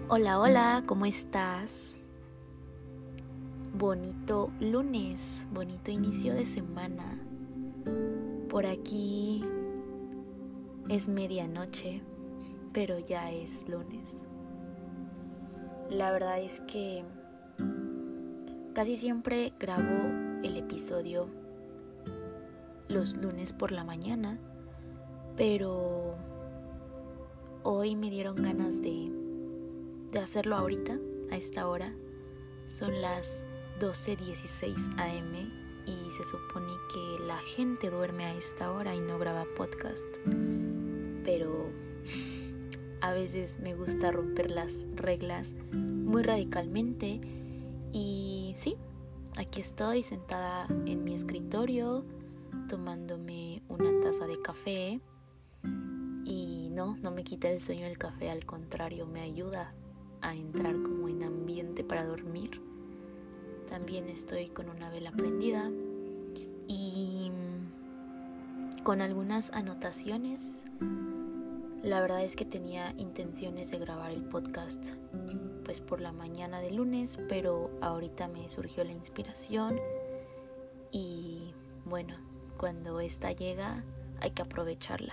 Hola, hola, ¿cómo estás? Bonito lunes, bonito inicio de semana. Por aquí es medianoche, pero ya es lunes. La verdad es que casi siempre grabo el episodio los lunes por la mañana, pero hoy me dieron ganas de hacerlo ahorita, a esta hora. Son las 12:16 a.m. y se supone que la gente duerme a esta hora y no graba podcast. Pero a veces me gusta romper las reglas muy radicalmente. Y sí, aquí estoy sentada en mi escritorio tomándome una taza de café. Y no me quita el sueño el café, al contrario, me ayuda a entrar como en ambiente para dormir. También estoy con una vela prendida y con algunas anotaciones. La verdad es que tenía intenciones de grabar el podcast pues por la mañana de lunes, pero ahorita me surgió la inspiración y bueno, cuando esta llega hay que aprovecharla.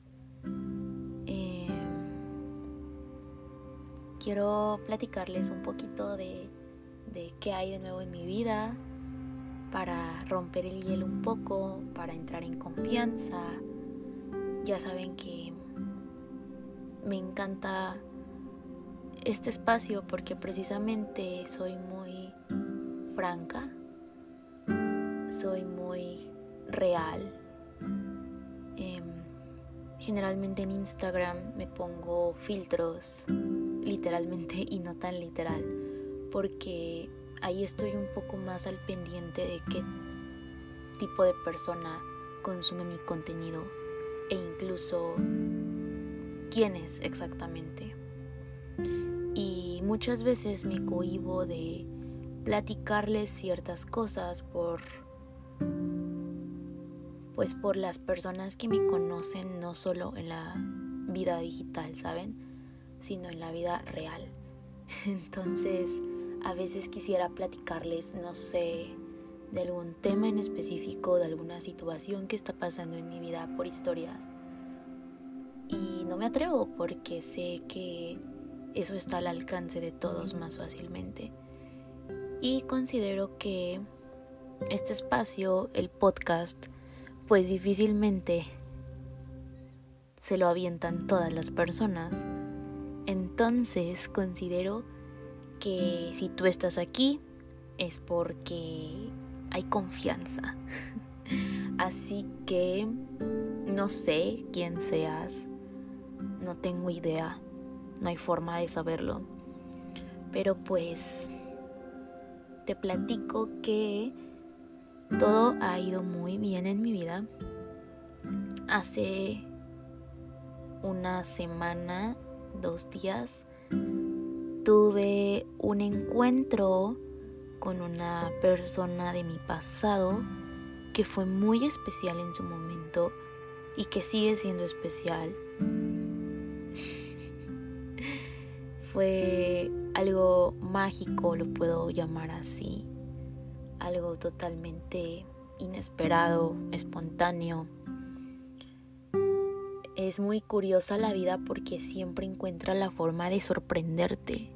Quiero platicarles un poquito de qué hay de nuevo en mi vida, para romper el hielo un poco, para entrar en confianza. Ya saben que me encanta este espacio porque precisamente soy muy franca, soy muy real. Generalmente en Instagram me pongo filtros, literalmente y no tan literal, porque ahí estoy un poco más al pendiente de qué tipo de persona consume mi contenido e incluso quién es exactamente. Y muchas veces me cohíbo de platicarles ciertas cosas por las personas que me conocen, no solo en la vida digital, ¿saben?, sino en la vida real. Entonces, a veces quisiera platicarles, no sé, de algún tema en específico, de alguna situación que está pasando en mi vida por historias. Y no me atrevo porque sé que eso está al alcance de todos más fácilmente. Y considero que este espacio, el podcast, pues difícilmente se lo avientan todas las personas. Entonces considero que si tú estás aquí es porque hay confianza. Así que no sé quién seas, no tengo idea, no hay forma de saberlo, pero pues te platico que todo ha ido muy bien en mi vida. Hace una semana, 2 días, tuve un encuentro con una persona de mi pasado que fue muy especial en su momento y que sigue siendo especial. Fue algo mágico, lo puedo llamar así, algo totalmente inesperado, espontáneo. Es muy curiosa la vida porque siempre encuentra la forma de sorprenderte.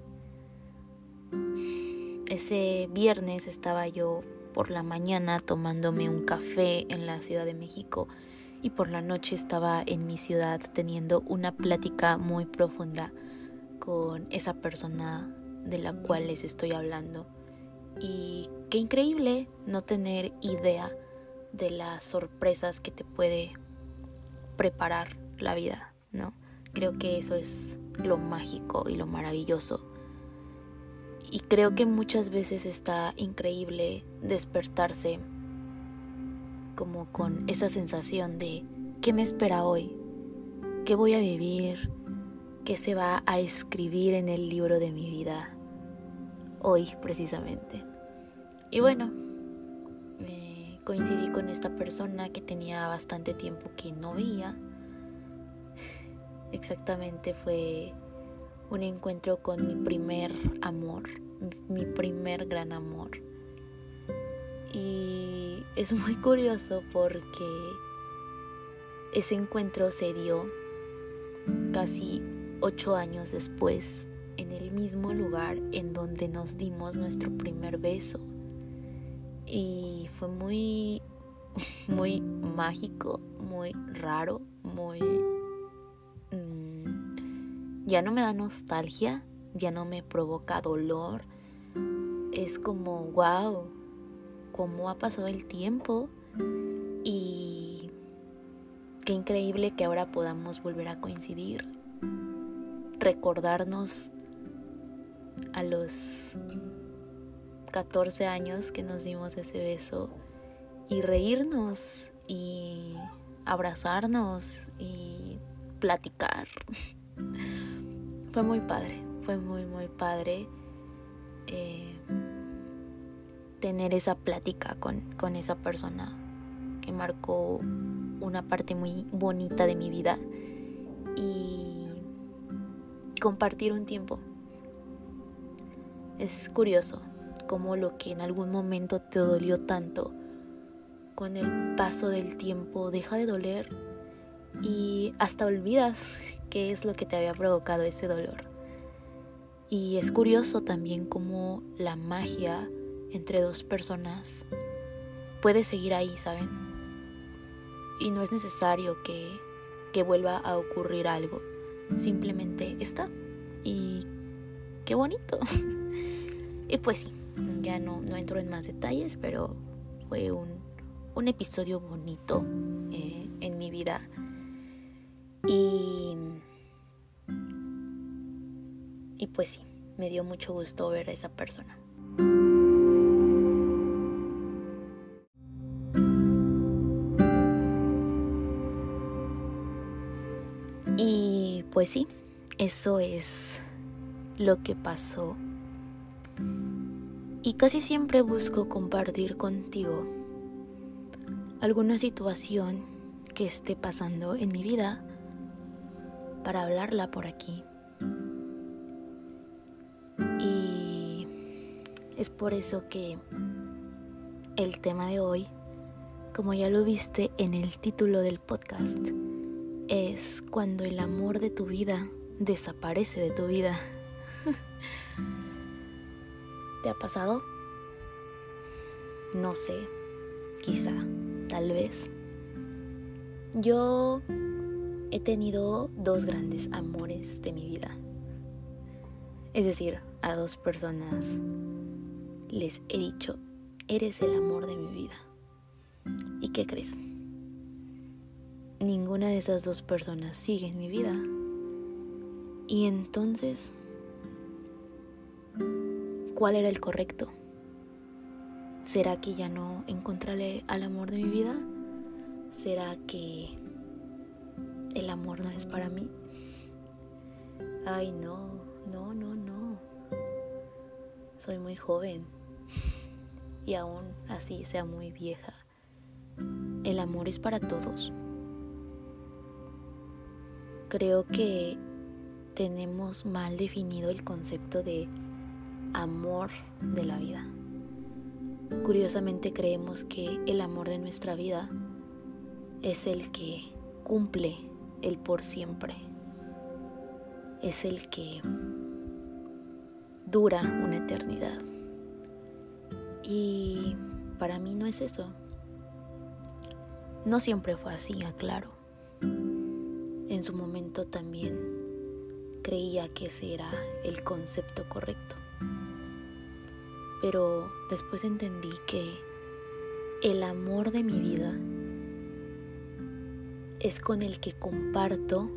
Ese viernes estaba yo por la mañana tomándome un café en la Ciudad de México y por la noche estaba en mi ciudad teniendo una plática muy profunda con esa persona de la cual les estoy hablando. Y qué increíble no tener idea de las sorpresas que te puede preparar la vida, ¿no? Creo que eso es lo mágico y lo maravilloso. Y creo que muchas veces está increíble despertarse como con esa sensación de ¿qué me espera hoy? ¿Qué voy a vivir? ¿Qué se va a escribir en el libro de mi vida hoy precisamente? Y bueno, coincidí con esta persona que tenía bastante tiempo que no veía. Exactamente fue un encuentro con mi primer amor, mi primer gran amor. Y es muy curioso porque ese encuentro se dio casi 8 años después, en el mismo lugar en donde nos dimos nuestro primer beso. Y fue muy, muy mágico, muy raro, muy... ya no me da nostalgia, ya no me provoca dolor. Es como, wow, cómo ha pasado el tiempo y qué increíble que ahora podamos volver a coincidir, recordarnos a los 14 años que nos dimos ese beso y reírnos y abrazarnos y platicar. Fue muy padre, fue muy muy padre tener esa plática con esa persona que marcó una parte muy bonita de mi vida y compartir un tiempo. Es curioso cómo lo que en algún momento te dolió tanto, con el paso del tiempo deja de doler y hasta olvidas qué es lo que te había provocado ese dolor. Y es curioso también cómo la magia entre dos personas puede seguir ahí, ¿saben? Y no es necesario que vuelva a ocurrir algo, simplemente está. Y qué bonito. Y pues sí, ya no entro en más detalles, pero fue un episodio bonito en mi vida. Y pues sí, me dio mucho gusto ver a esa persona. Y pues sí, eso es lo que pasó. Y casi siempre busco compartir contigo alguna situación que esté pasando en mi vida para hablarla por aquí. Y es por eso que el tema de hoy, como ya lo viste en el título del podcast, es cuando el amor de tu vida desaparece de tu vida. ¿Te ha pasado? No sé, quizá, tal vez. Yo he tenido 2 grandes amores de mi vida. Es decir, a 2 personas les he dicho, eres el amor de mi vida. ¿Y qué crees? Ninguna de esas 2 personas sigue en mi vida. Y entonces, ¿cuál era el correcto? ¿Será que ya no encontraré al amor de mi vida? ¿Será que el amor no es para mí? Ay, no. Soy muy joven y aún así sea muy vieja. El amor es para todos. Creo que tenemos mal definido el concepto de amor de la vida. Curiosamente creemos que el amor de nuestra vida es el que cumple el por siempre. Es el que dura una eternidad. Y para mí no es eso. No siempre fue así, aclaro. En su momento también creía que ese era el concepto correcto. Pero después entendí que el amor de mi vida es con el que comparto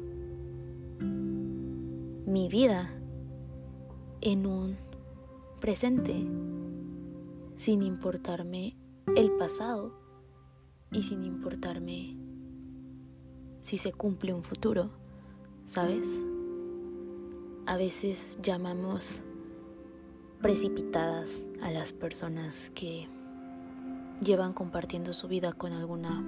mi vida en un presente, sin importarme el pasado y sin importarme si se cumple un futuro, ¿sabes? A veces llamamos precipitadas a las personas que llevan compartiendo su vida con alguna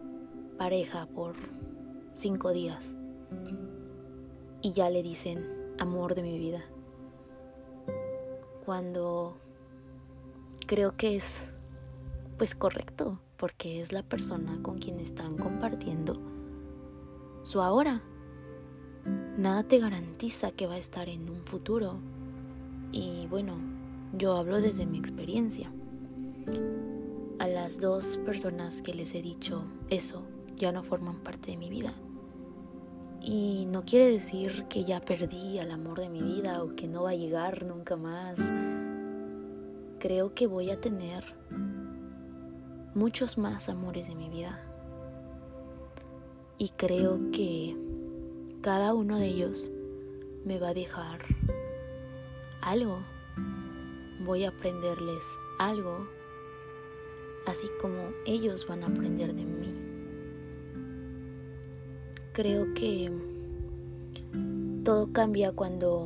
pareja por 5 días y ya le dicen amor de mi vida, cuando creo que es pues correcto, porque es la persona con quien están compartiendo su ahora. Nada te garantiza que va a estar en un futuro. Y bueno, yo hablo desde mi experiencia. A las 2 personas que les he dicho eso ya no forman parte de mi vida. Y no quiere decir que ya perdí al amor de mi vida o que no va a llegar nunca más. Creo que voy a tener muchos más amores de mi vida. Y creo que cada uno de ellos me va a dejar algo. Voy a aprenderles algo, así como ellos van a aprender de mí. Creo que todo cambia cuando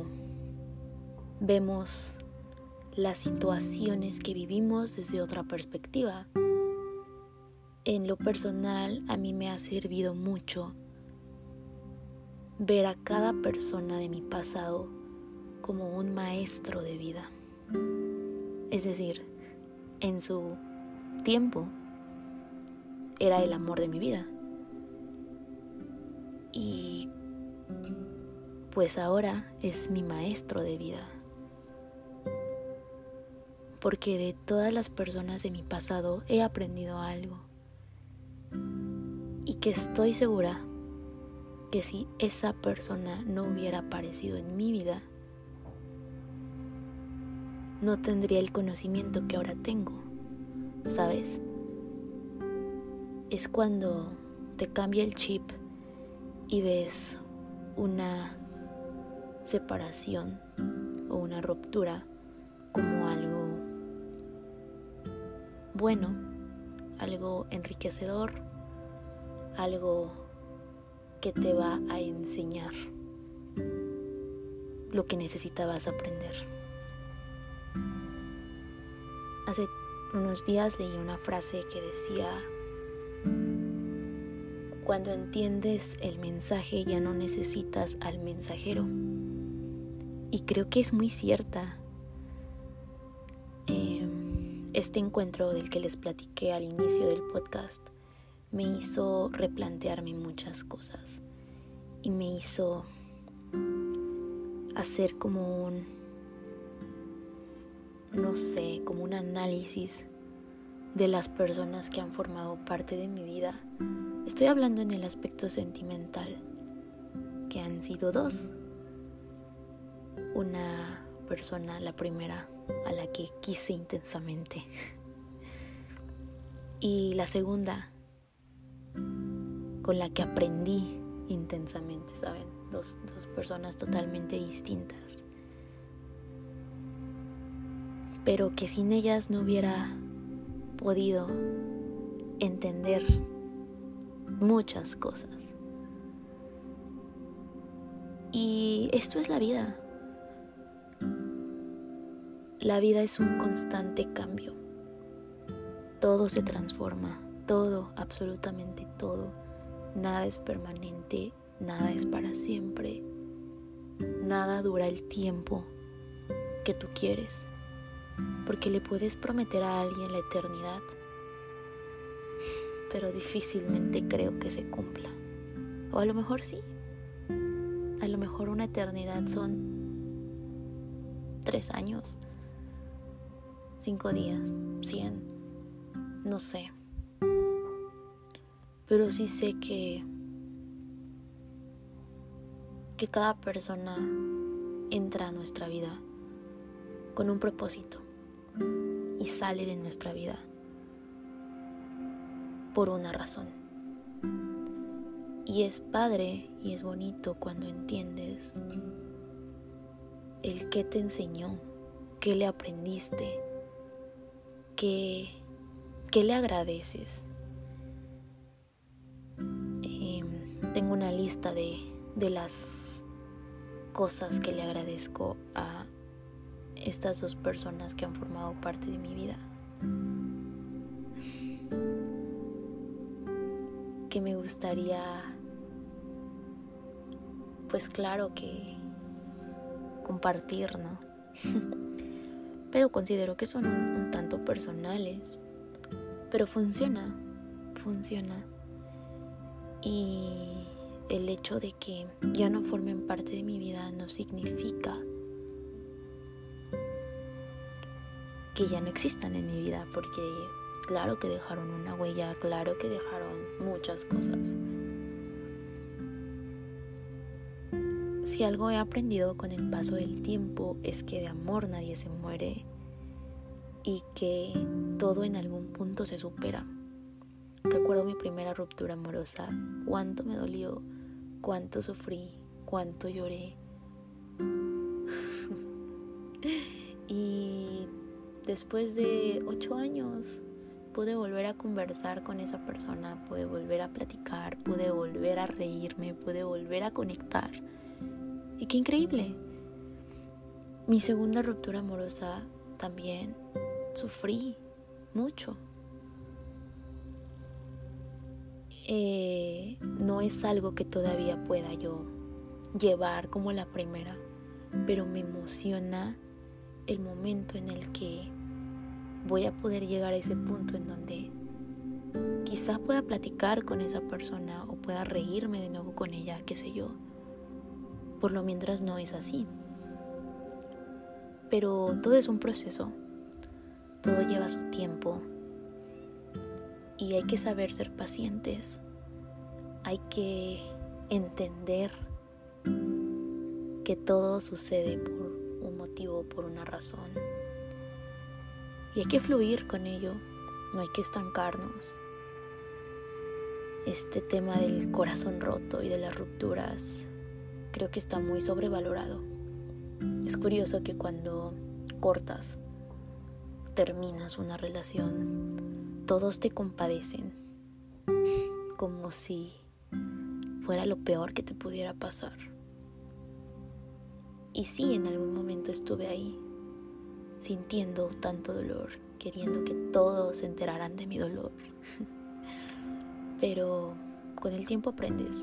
vemos las situaciones que vivimos desde otra perspectiva. En lo personal, a mí me ha servido mucho ver a cada persona de mi pasado como un maestro de vida. Es decir, en su tiempo era el amor de mi vida. Y pues ahora es mi maestro de vida. Porque de todas las personas de mi pasado he aprendido algo. Y que estoy segura que si esa persona no hubiera aparecido en mi vida, no tendría el conocimiento que ahora tengo, ¿sabes? Es cuando te cambia el chip y ves una separación o una ruptura como algo bueno, algo enriquecedor, algo que te va a enseñar lo que necesitabas aprender. Hace unos días leí una frase que decía: cuando entiendes el mensaje ya no necesitas al mensajero. Y creo que es muy cierta. Este encuentro del que les platiqué al inicio del podcast me hizo replantearme muchas cosas y me hizo hacer como un análisis de las personas que han formado parte de mi vida. Estoy hablando en el aspecto sentimental, que han sido 2. Una persona, la primera, a la que quise intensamente, y la segunda, con la que aprendí intensamente, ¿saben? Dos personas totalmente distintas, pero que sin ellas no hubiera podido entender muchas cosas. Y esto es la vida. La vida es un constante cambio. Todo se transforma, todo, absolutamente todo. Nada es permanente, nada es para siempre. Nada dura el tiempo que tú quieres, porque le puedes prometer a alguien la eternidad, pero difícilmente creo que se cumpla. O a lo mejor sí. A lo mejor una eternidad son 3 años, 5 días, 100, no sé. Pero sí sé que cada persona entra a nuestra vida con un propósito y sale de nuestra vida por una razón. Y es padre y es bonito cuando entiendes el qué te enseñó, qué le aprendiste, qué le agradeces. Tengo una lista de las cosas que le agradezco a estas 2 personas que han formado parte de mi vida. Que me gustaría, pues claro, que compartir, ¿no? Pero considero que son un tanto personales. Pero funciona. Y el hecho de que ya no formen parte de mi vida no significa que ya no existan en mi vida, porque claro que dejaron una huella, claro que dejaron muchas cosas. Si algo he aprendido con el paso del tiempo es que de amor nadie se muere y que todo en algún punto se supera. Recuerdo mi primera ruptura amorosa, cuánto me dolió, cuánto sufrí, cuánto lloré. Y después de 8 años pude volver a conversar con esa persona, pude volver a platicar, pude volver a reírme, pude volver a conectar. Y qué increíble. Mi segunda ruptura amorosa también sufrí mucho. No es algo que todavía pueda yo llevar como la primera, pero me emociona el momento en el que voy a poder llegar a ese punto en donde quizá pueda platicar con esa persona o pueda reírme de nuevo con ella, qué sé yo. Por lo mientras no es así. Pero todo es un proceso, todo lleva su tiempo y hay que saber ser pacientes, hay que entender que todo sucede por un motivo, por una razón. Y hay que fluir con ello, no hay que estancarnos. Este tema del corazón roto y de las rupturas creo que está muy sobrevalorado. Es curioso que cuando cortas, terminas una relación, todos te compadecen, como si fuera lo peor que te pudiera pasar. Y sí, en algún momento estuve ahí, sintiendo tanto dolor, queriendo que todos se enteraran de mi dolor. Pero con el tiempo aprendes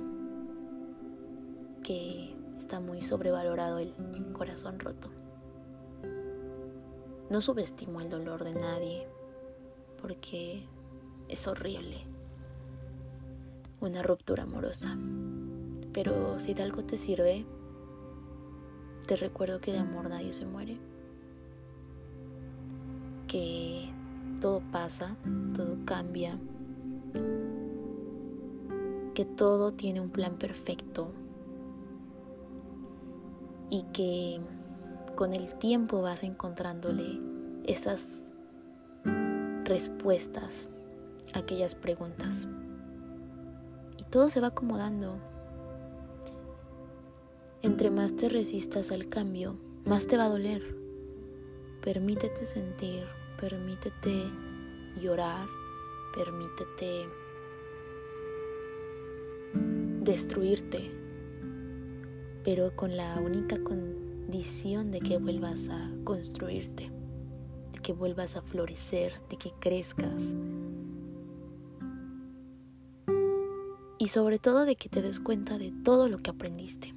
que está muy sobrevalorado el corazón roto. No subestimo el dolor de nadie, porque es horrible una ruptura amorosa. Pero si de algo te sirve, te recuerdo que de amor nadie se muere, que todo pasa, todo cambia, que todo tiene un plan perfecto y que con el tiempo vas encontrándole esas respuestas a aquellas preguntas y todo se va acomodando. Entre más te resistas al cambio, más te va a doler. Permítete sentir, permítete llorar, permítete destruirte, pero con la única condición de que vuelvas a construirte, de que vuelvas a florecer, de que crezcas y sobre todo de que te des cuenta de todo lo que aprendiste.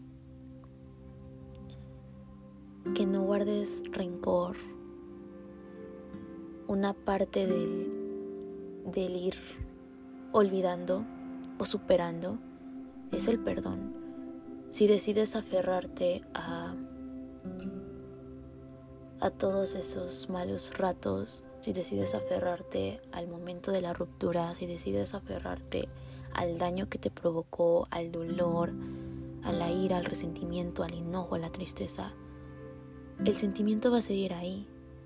Que no guardes rencor. Una parte del ir olvidando o superando es el perdón. Si decides aferrarte a todos esos malos ratos, si decides aferrarte al momento de la ruptura, si decides aferrarte al daño que te provocó, al dolor, a la ira, al resentimiento, al enojo, a la tristeza, el sentimiento va a seguir ahí.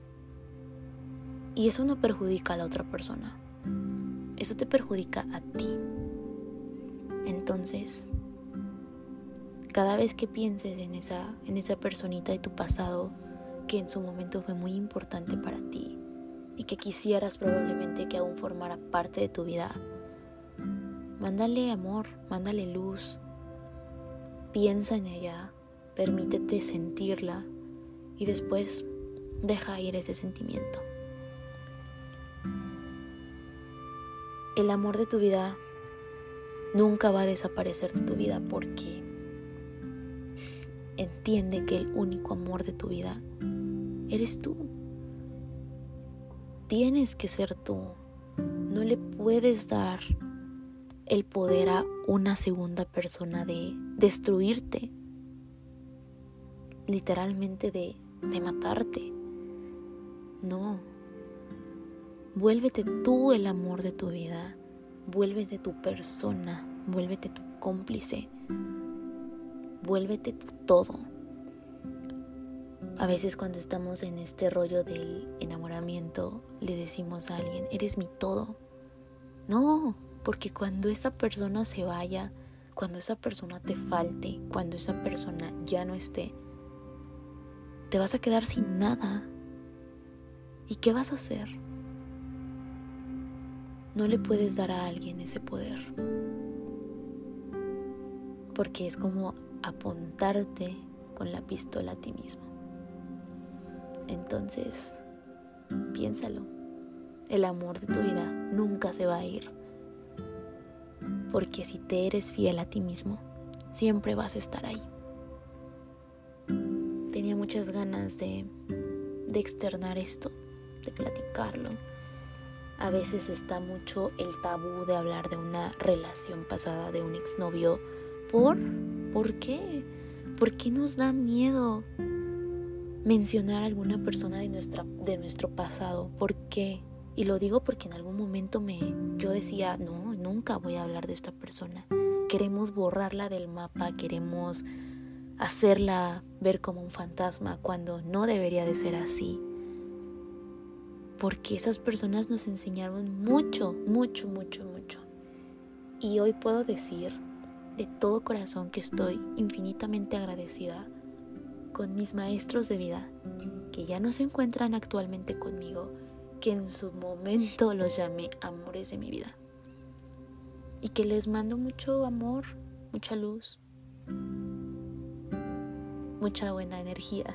Y eso no perjudica a la otra persona. Eso te perjudica a ti. Entonces, cada vez que pienses en esa personita de tu pasado que en su momento fue muy importante para ti y que quisieras probablemente que aún formara parte de tu vida, mándale amor, mándale luz, piensa en ella, permítete sentirla y después deja ir ese sentimiento. El amor de tu vida nunca va a desaparecer de tu vida porque entiende que el único amor de tu vida eres tú. Tienes que ser tú. No le puedes dar el poder a una segunda persona de destruirte, literalmente de matarte. No. Vuélvete tú el amor de tu vida. Vuélvete tu persona. Vuélvete tu cómplice. Vuélvete tu todo. A veces cuando estamos en este rollo del enamoramiento, le decimos a alguien, eres mi todo. No, porque cuando esa persona se vaya, cuando esa persona te falte, cuando esa persona ya no esté, te vas a quedar sin nada. ¿Y qué vas a hacer? No le puedes dar a alguien ese poder, porque es como apuntarte con la pistola a ti mismo. Entonces, piénsalo. El amor de tu vida nunca se va a ir, porque si te eres fiel a ti mismo, siempre vas a estar ahí. Tenía muchas ganas de externar esto, de platicarlo. A veces está mucho el tabú de hablar de una relación pasada, de un exnovio. ¿Por qué? ¿Por qué nos da miedo mencionar a alguna persona de nuestro pasado? ¿Por qué? Y lo digo porque en algún momento yo decía, no, nunca voy a hablar de esta persona. Queremos borrarla del mapa, queremos hacerla ver como un fantasma, cuando no debería de ser así. Porque esas personas nos enseñaron mucho, mucho, mucho, mucho. Y hoy puedo decir de todo corazón que estoy infinitamente agradecida con mis maestros de vida, que ya no se encuentran actualmente conmigo, que en su momento los llamé amores de mi vida. Y que les mando mucho amor, mucha luz, mucha buena energía.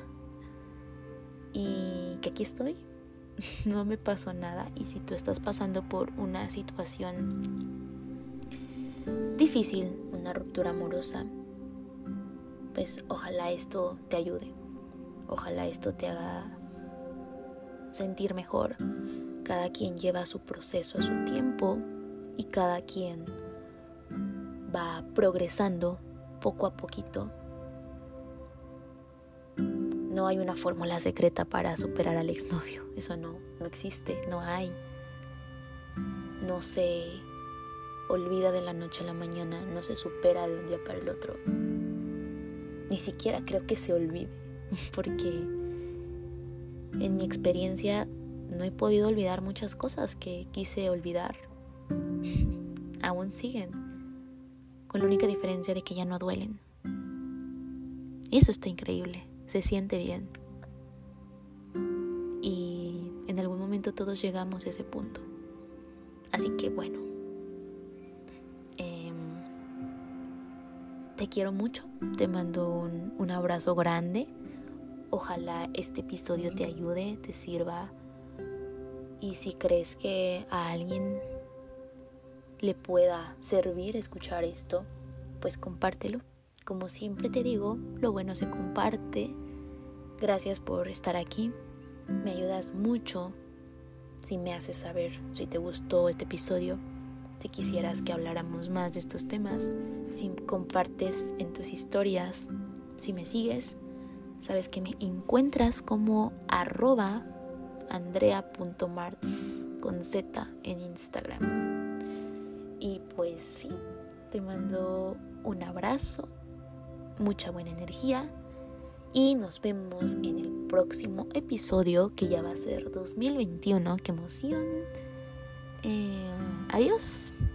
Y que aquí estoy. No me pasó nada. Y si tú estás pasando por una situación difícil, una ruptura amorosa, pues ojalá esto te ayude. Ojalá esto te haga sentir mejor. Cada quien lleva su proceso a su tiempo y cada quien va progresando poco a poquito. No hay una fórmula secreta para superar al exnovio. Eso no existe, no hay. No se olvida de la noche a la mañana, no se supera de un día para el otro. Ni siquiera creo que se olvide, porque en mi experiencia no he podido olvidar muchas cosas que quise olvidar. Aún siguen, con la única diferencia de que ya no duelen. Y eso está increíble. Se siente bien. Y en algún momento todos llegamos a ese punto. Así que bueno, te quiero mucho. Te mando un abrazo grande. Ojalá este episodio te ayude, te sirva. Y si crees que a alguien le pueda servir escuchar esto, pues compártelo. Como siempre te digo, lo bueno se comparte. Gracias por estar aquí. Me ayudas mucho si me haces saber si te gustó este episodio, si quisieras que habláramos más de estos temas, si compartes en tus historias, si me sigues. Sabes que me encuentras como @andrea.martz con Z en Instagram. Y pues sí, te mando un abrazo, mucha buena energía y nos vemos en el próximo episodio, que ya va a ser 2021. ¡Qué emoción! Adiós.